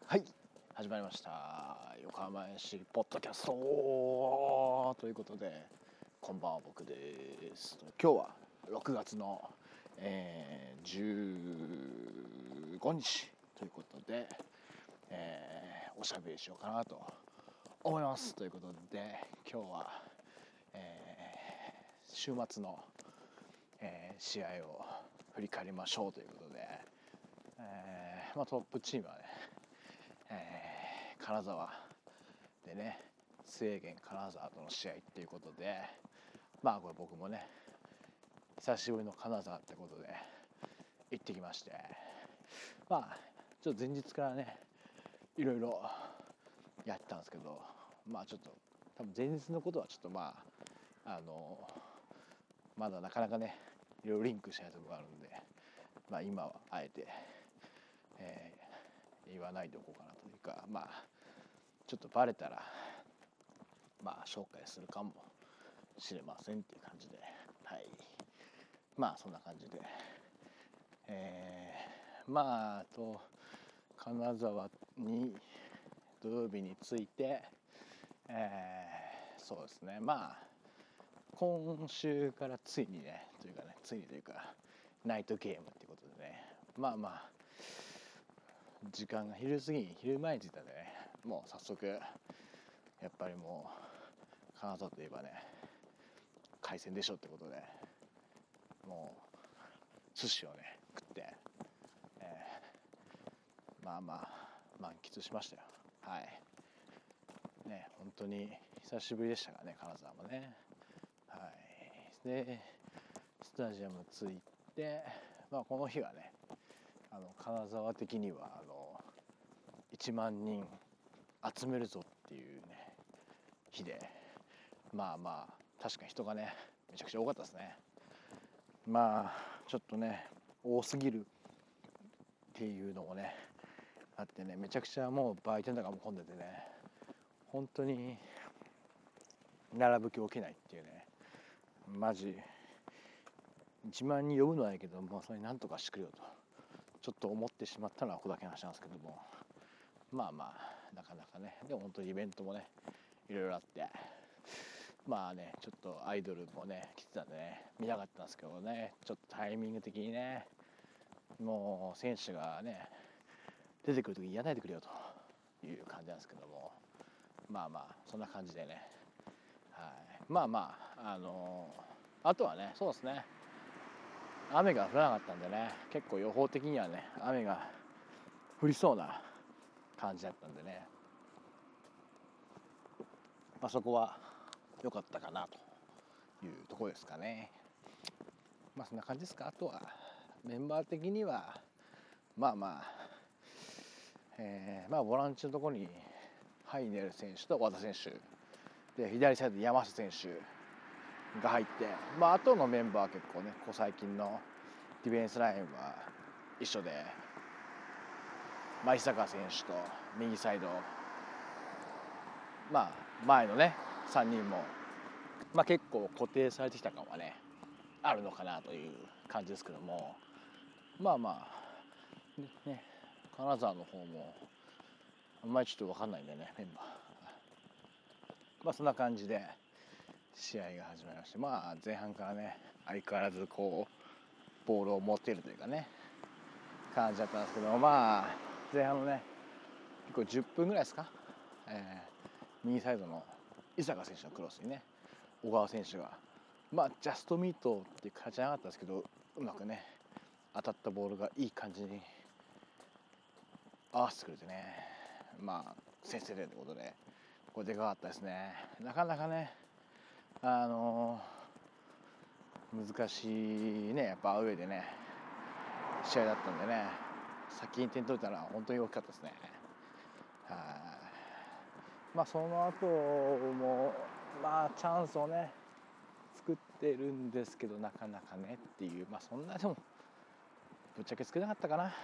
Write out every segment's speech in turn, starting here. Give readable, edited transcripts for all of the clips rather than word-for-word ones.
はい、始まりました横浜市ポッドキャストということで、こんばんは、僕です。今日は6月の、15日ということで、おしゃべりしようかなと思います。ということで、今日は、週末の、試合を振り返りましょうということで、トップチームはね、金沢でね、制限金沢との試合っていうことで、これ僕もね久しぶりの金沢ってことで行ってきまして、ちょっと前日からねいろいろやってたんですけど、ちょっと多分前日のことはちょっとまだなかなかねいろいろリンクしないところがあるんで、今はあえて、言わないでおこうかなというか、ちょっとバレたら紹介するかもしれませんっていう感じで、はい、そんな感じで、金沢に土曜日に着いて、そうですね、今週からついにナイトゲームっていうことでね、時間が昼前に着いたんでね、もう早速やっぱりもう金沢といえばね海鮮でしょってことで、もう寿司をね食って、満喫しましたよ。はいね、本当に久しぶりでしたからね、金沢もね。はい、でスタジアム着いて、この日はね金沢的には1万人集めるぞっていうね日で、確かに人がねめちゃくちゃ多かったですね。ちょっとね多すぎるっていうのもねあってね、めちゃくちゃもう売店とかも混んでてね、本当に並ぶ気起きないっていうね、マジ1万人呼ぶのはいいけど、それなんとかしてくれよとちょっと思ってしまったのはここだけの話なんですけども、なかなかね、でも本当にイベントもねいろいろあって、ちょっとアイドルもね来てたんでね見たかったんですけどね、ちょっとタイミング的にね、もう選手がね出てくる時やらないでくれよという感じなんですけども、そんな感じでね、はい、あとはね、そうですね、雨が降らなかったんでね、結構予報的にはね雨が降りそうな感じだったんでね、そこは良かったかなというところですかね。そんな感じですか。あとはメンバー的にはボランチのところにハイネル選手と和田選手で、左サイド山下選手が入って、あとのメンバーは結構ね最近のディフェンスラインは一緒で、伊坂選手と右サイド、前のね3人も、結構固定されてきた感はねあるのかなという感じですけども、ね、金沢の方もあんまりちょっと分かんないんだよねメンバー。そんな感じで試合が始まりまして、前半からね相変わらずこうボールを持てるというかね感じだったんですけど、前半のね結構10分ぐらいですか、右サイドの伊坂選手のクロスにね小川選手がジャストミートっていう感じじゃなかったんですけど、うまくね当たったボールがいい感じに合わせてくれてね、先制点ということでこれでかかったですね。なかなかね難しいね、やっぱアウェーでね試合だったんでね、先に点取れたのは本当に大きかったですね。その後もチャンスをね作ってるんですけど、なかなかねっていう、そんなでもぶっちゃけ少なかったかな。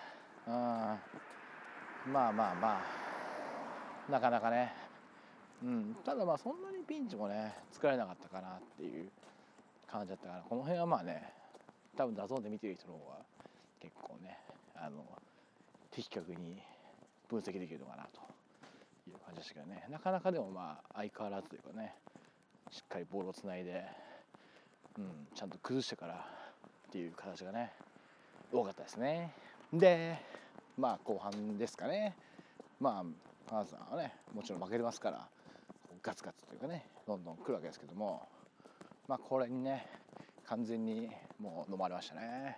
なかなかね、ただそんなにピンチもね作られなかったかなっていう感じだったから、この辺は多分ダゾーンで見てる人の方が結構ね的確に分析できるのかなという感じでしたけどね。なかなかでも相変わらずというかね、しっかりボールをつないで、ちゃんと崩してからっていう形がね多かったですね。で後半ですかね。金沢さんはねもちろん負けてますからガツガツというかねどんどん来るわけですけども、これにね完全にもう飲まれましたね。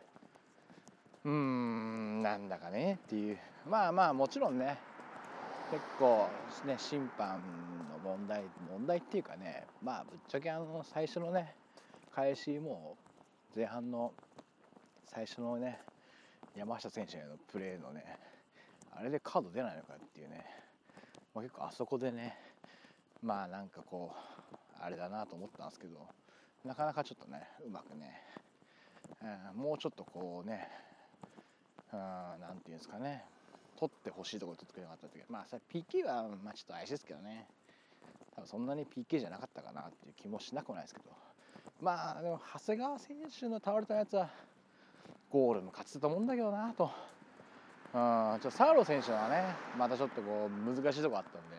なんだかねっていう、もちろんね結構ね審判の問題っていうかね、ぶっちゃけ最初のね開始もう前半の最初のね山下選手へのプレーのねあれでカード出ないのかっていうね、結構あそこでねなんかこうあれだなと思ったんですけど、なかなかちょっとねうまくね、もうちょっとこうね、なんていうんですかね、取ってほしいところ取ってくれなかった時、それ PK はちょっと怪しいですけどね、多分そんなに PK じゃなかったかなっていう気もしなくもないですけど、でも長谷川選手の倒れたやつはゴールも勝つと思うんだけどなと。サーロー選手はねまたちょっとこう難しいとこあったんで、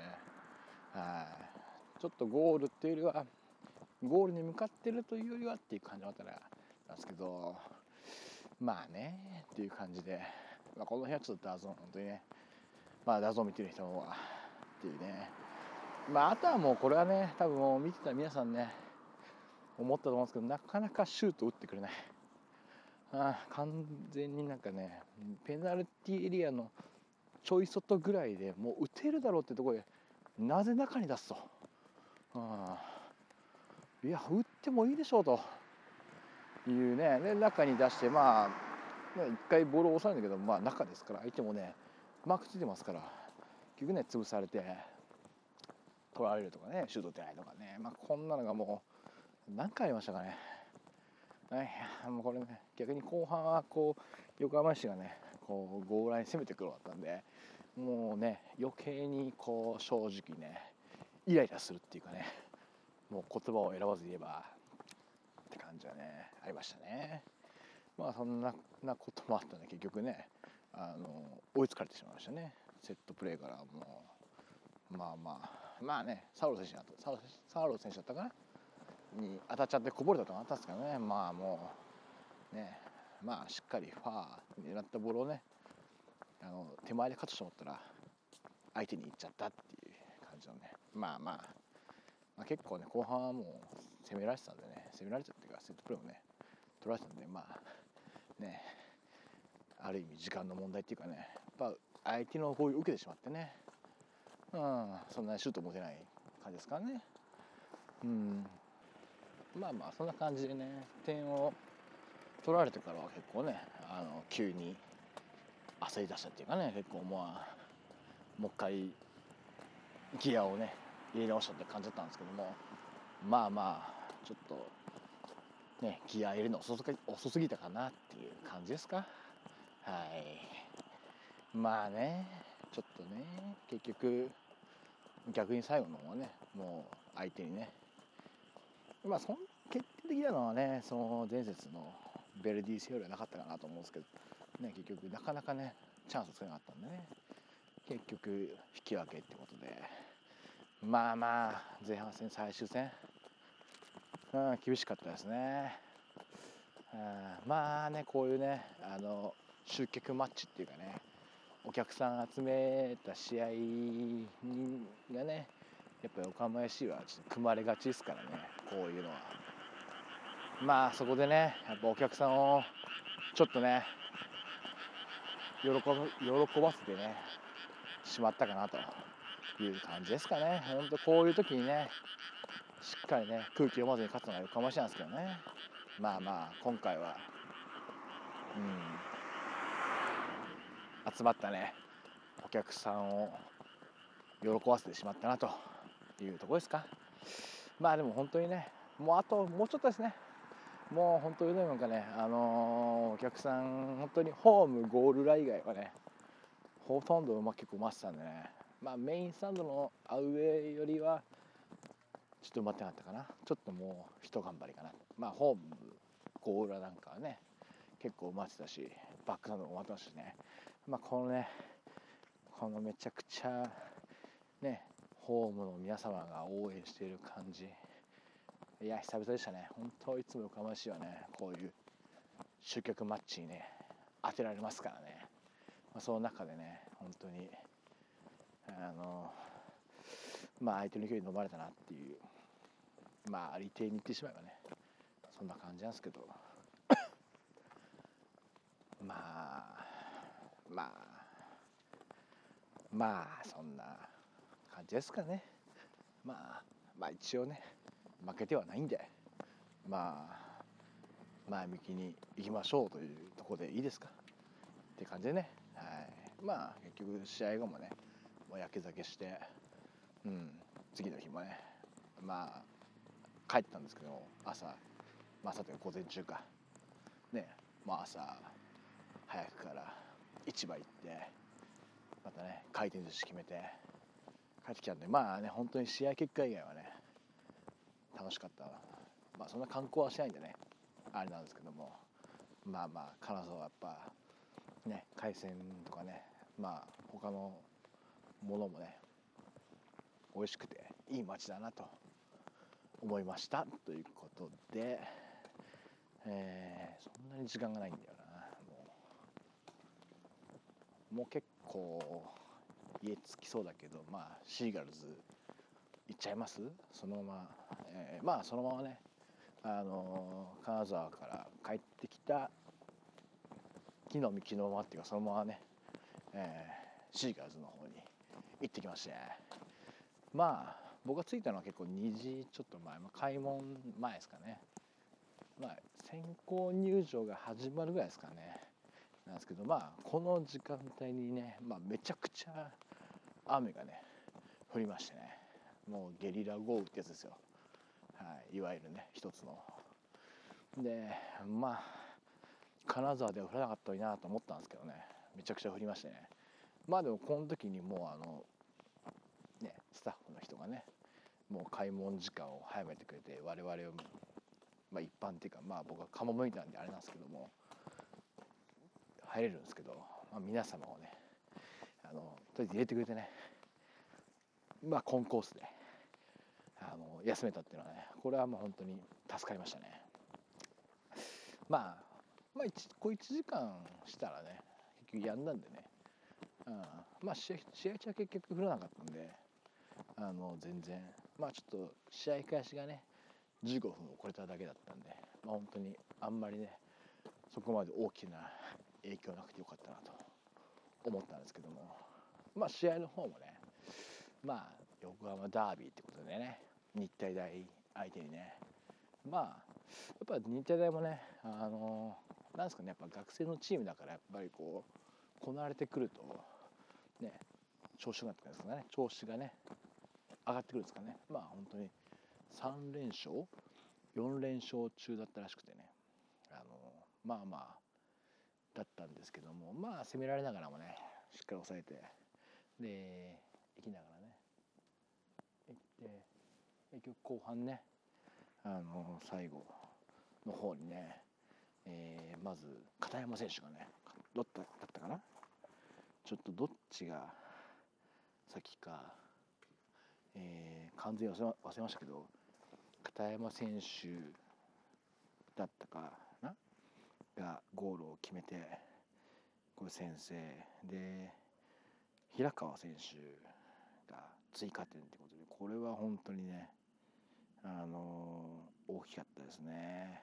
ちょっとゴールっていうよりはゴールに向かってるというよりはっていう感じだったらなんですけど、っていう感じで、この辺はちょっとダゾーン本当にね、ダゾーン見てる人もっていうね、あとはもうこれはね多分もう見てた皆さんね思ったと思うんですけど、なかなかシュート打ってくれない。完全になんかねペナルティエリアのちょい外ぐらいでもう打てるだろうってところでなぜ中に出すと、いや打ってもいいでしょうというね、で中に出して一回ボールを押さえるんだけど、中ですから相手もねマークついてますから結局ね潰されて取られるとかねシュート出ないとかね、こんなのがもう何回ありましたかね。もうこれね逆に後半はこう横浜市がねこうゴールライン攻めてくるようだったんで、もうね余計にこう正直ねイライラするっていうかね、もう言葉を選ばず言えばって感じはねありましたね。そんなこともあったんで結局ね追いつかれてしまいましたね。セットプレーからもうねサウロ選手だったかなに当たっちゃってこぼれたとかあったんですけどね、もうねしっかりファー狙ったボールをね手前でカットして思ったら相手に行っちゃったっていう感じのね、結構ね後半はもう攻められてたんでね、攻められてたっていうかセットプレーもね取られてたんで、ねある意味時間の問題っていうかね、やっぱ相手の攻撃を受けてしまってね、そんなにシュートも出ない感じですからね。そんな感じでね点を取られてからは結構ね急に焦り出したっていうかね、結構もう一回ギアをね入れ直したって感じだったんですけども、ちょっとねギア入れるの遅すぎたかなっていう感じですか。ちょっとね結局逆に最後の方はねもう相手にね決定的なのはねその前節のベルディ戦よりはなかったかなと思うんですけどね、結局なかなかねチャンスつけなかったんでね結局引き分けってことで、前半戦最終戦、厳しかったですね。こういうね集客マッチっていうかねお客さん集めた試合がねやっぱり横浜 FC はちょっと組まれがちですからね、こういうのはそこでねやっぱお客さんをちょっとね喜ばせてねしまったかなという感じですかね。本当こういう時にねしっかりね空気読まずに勝つのが横浜市なんですけどね、今回は集まったねお客さんを喜ばせてしまったなというところですか。でも本当にねもうちょっとですね、もう本当になんかねお客さん本当にホームゴールラ以外はねほとんど結構埋まってたんでね、メインスタンドのアウェーよりはちょっと埋まってなかったかな。ちょっともう一頑張りかな。ホームゴールなんかはね結構埋まってたしバックスタンドも埋まってましたしね、このねこのめちゃくちゃねホームの皆様が応援している感じ、いや久々でしたね。本当いつも横浜市はねこういう集客マッチにね当てられますからね、その中でね本当に相手の勢いに飲まれたなっていう、ありていに言ってしまえばねそんな感じなんですけどそんな感じですかね。一応ね負けてはないんで前向きにいきましょうというところでいいですかって感じでね、結局試合後もねもうやけ酒して、次の日もね帰ったんですけど朝というか午前中かね、朝早くから市場行ってまたね回転寿司決めて帰ってきたんで本当に試合結果以外はね楽しかった。そんな観光はしないんでねあれなんですけども、金沢はやっぱね海鮮とかね他のものもね美味しくていい街だなと思いましたということで、そんなに時間がないんだよな。もう結構家着きそうだけどシーガルズ行っちゃいます。そのまま、そのままね金沢から帰ってきた昨日まっていうかそのままね、シーガルズの方に行ってきまして、僕が着いたのは結構2時ちょっと前、開門前ですかね。先行入場が始まるぐらいですかねなんですけど、この時間帯にね、めちゃくちゃ雨がね降りましてね、もうゲリラ豪雨ってやつですよ。いわゆるね一つので金沢では降らなかったらいいなと思ったんですけどね、めちゃくちゃ降りましてね。でもこの時にもうスタッフの人がねもう開門時間を早めてくれて、我々を一般っていうか僕はカモメイターなんであれなんですけども入れるんですけど、皆様をねとりあえず入れてくれてね、コンコースで休めたっていうのはね、これはもう本当に助かりましたね。1時間したらね結局やんだんでね、試合中は結局降らなかったんで全然ちょっと試合開始がね15分を超えただけだったんで、本当にあんまりねそこまで大きな影響なくてよかったなと思ったんですけども、試合の方もね横浜ダービーってことでね日体大相手にねやっぱ日体大もねなんですかね、やっぱ学生のチームだからやっぱりこなれてくるとね調子がってくるんですかね、調子がね上がってくるんですかね。本当に3連勝4連勝中だったらしくてね、だったんですけども、攻められながらもねしっかり抑えてで行きながらね行って結局後半ね最後の方にね、まず片山選手がねだったかな、ちょっとどっちが先か、完全に忘れましたけど、片山選手だったかながゴールを決めてこれ先制で、平川選手が追加点ということで、これは本当にね大きかったですね。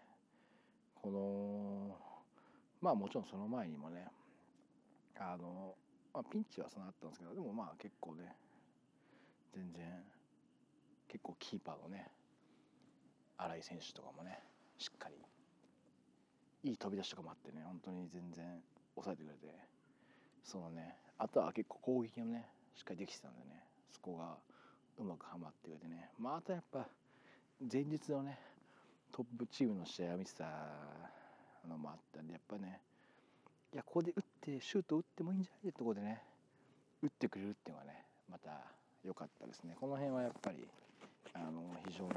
もちろんその前にもねピンチはそのあったんですけど、でも結構ね全然結構キーパーのね新井選手とかもねしっかりいい飛び出しとかもあってね、本当に全然抑えてくれて、あとは結構攻撃もねしっかりできてたんでね、そこがうまくはまってくれてね、あとやっぱ前日のねトップチームの試合を見てたのもあったんで、やっぱねここで打ってシュート打ってもいいんじゃないってところでね打ってくれるっていうのはねまた良かったですね。この辺はやっぱり非常に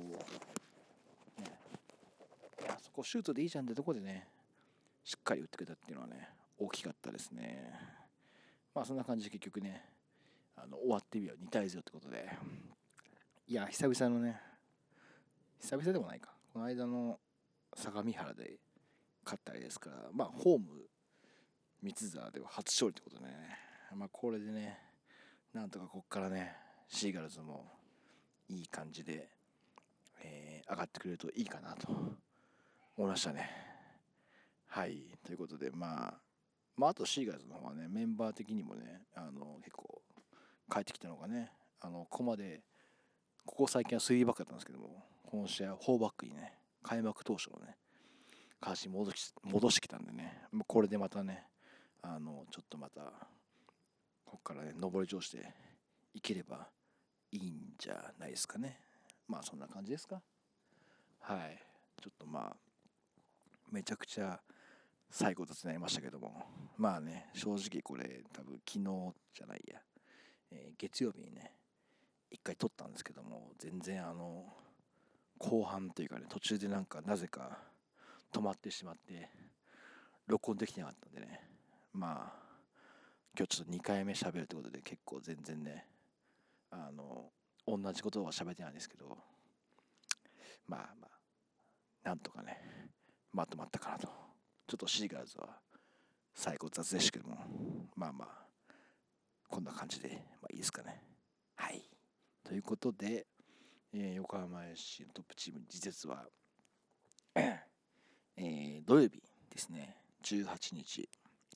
そこシュートでいいじゃんってとこでねしっかり打ってくれたっていうのはね大きかったですね。 まあそんな感じで結局ね終わってみよう2対0ってことで、いや久々のね、久々でもないか、この間の相模原で勝ったりですから、まあホーム三沢では初勝利ってことでね、まあこれでねなんとかこっからねシーガルズもいい感じで、上がってくれるといいかなと思いましたね。はい、ということでまああとシーガルズの方はね、メンバー的にもね結構帰ってきたのがね、ここまでここ最近は3バックだったんですけども、この試合は4バックにね、開幕当初のね川島戻してきたんでね、これでまたねちょっとまたここからね上り調子でいければいいんじゃないですかね。まあそんな感じですか。はい、ちょっとまあめちゃくちゃ最後とつなりましたけども、まあね正直これ多分昨日じゃないや、月曜日にね一回撮ったんですけども、全然後半というかね、途中でなぜか止まってしまって録音できなかったんでね、まあ今日ちょっと2回目喋るということで結構全然ね同じことは喋ってないんですけど、まあなんとかねまとまったかなと。ちょっとシーガルズは最後雑でしたけども、まあこんな感じで、まあ、いいですかね。はい、ということで、横浜 FC のトップチーム次節は、土曜日ですね、18日、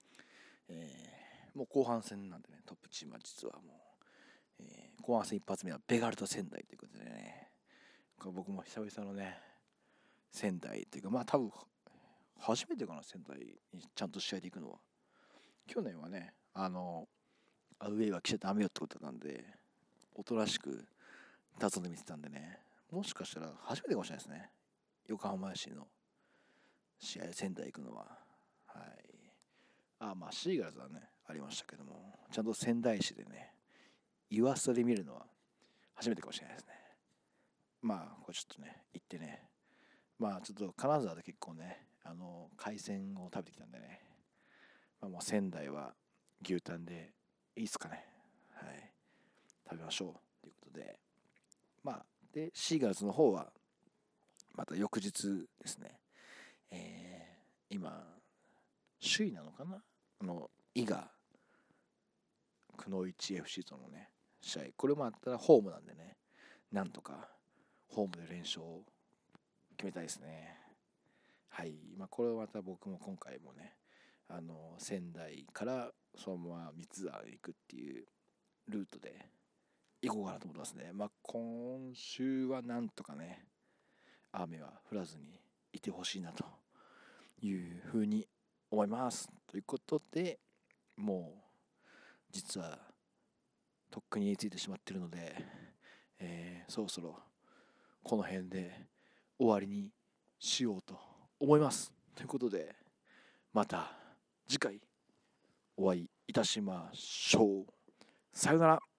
もう後半戦なんでね、トップチームは実はもう、後半戦一発目はベガルタ仙台ということでね、これ僕も久々のね仙台というか、まあ多分初めてかな、仙台にちゃんと試合で行くのは。去年はねアウェイは来ちゃダメよってことなんで、おとなしく立つの見てたんでね、もしかしたら初めてかもしれないですね、横浜市の試合で仙台行くのは。はい、まあシーガルズはねありましたけども、ちゃんと仙台市でね岩下で見るのは初めてかもしれないですね。まあこれちょっとね行ってね、まあちょっと金沢で結構ね海鮮を食べてきたんでね、まあもう仙台は牛タンでいいっすかね。はい、食べましょうということで、まあでシーガルズの方はまた翌日ですね、今首位なのかな、伊賀くのいち FC とのね試合、これもあったらホームなんでね、なんとかホームで連勝を決めたいですね。はい、まあこれはまた僕も今回もね仙台からそのまま三沢へ行くっていうルートで行こうかなと思ってますね。まあ今週はなんとかね雨は降らずにいてほしいなというふうに思います。ということで、もう実はとっくに言いついてしまっているので、そろそろこの辺で終わりにしようと思います。ということで、また次回お会いいたしましょう。さようなら。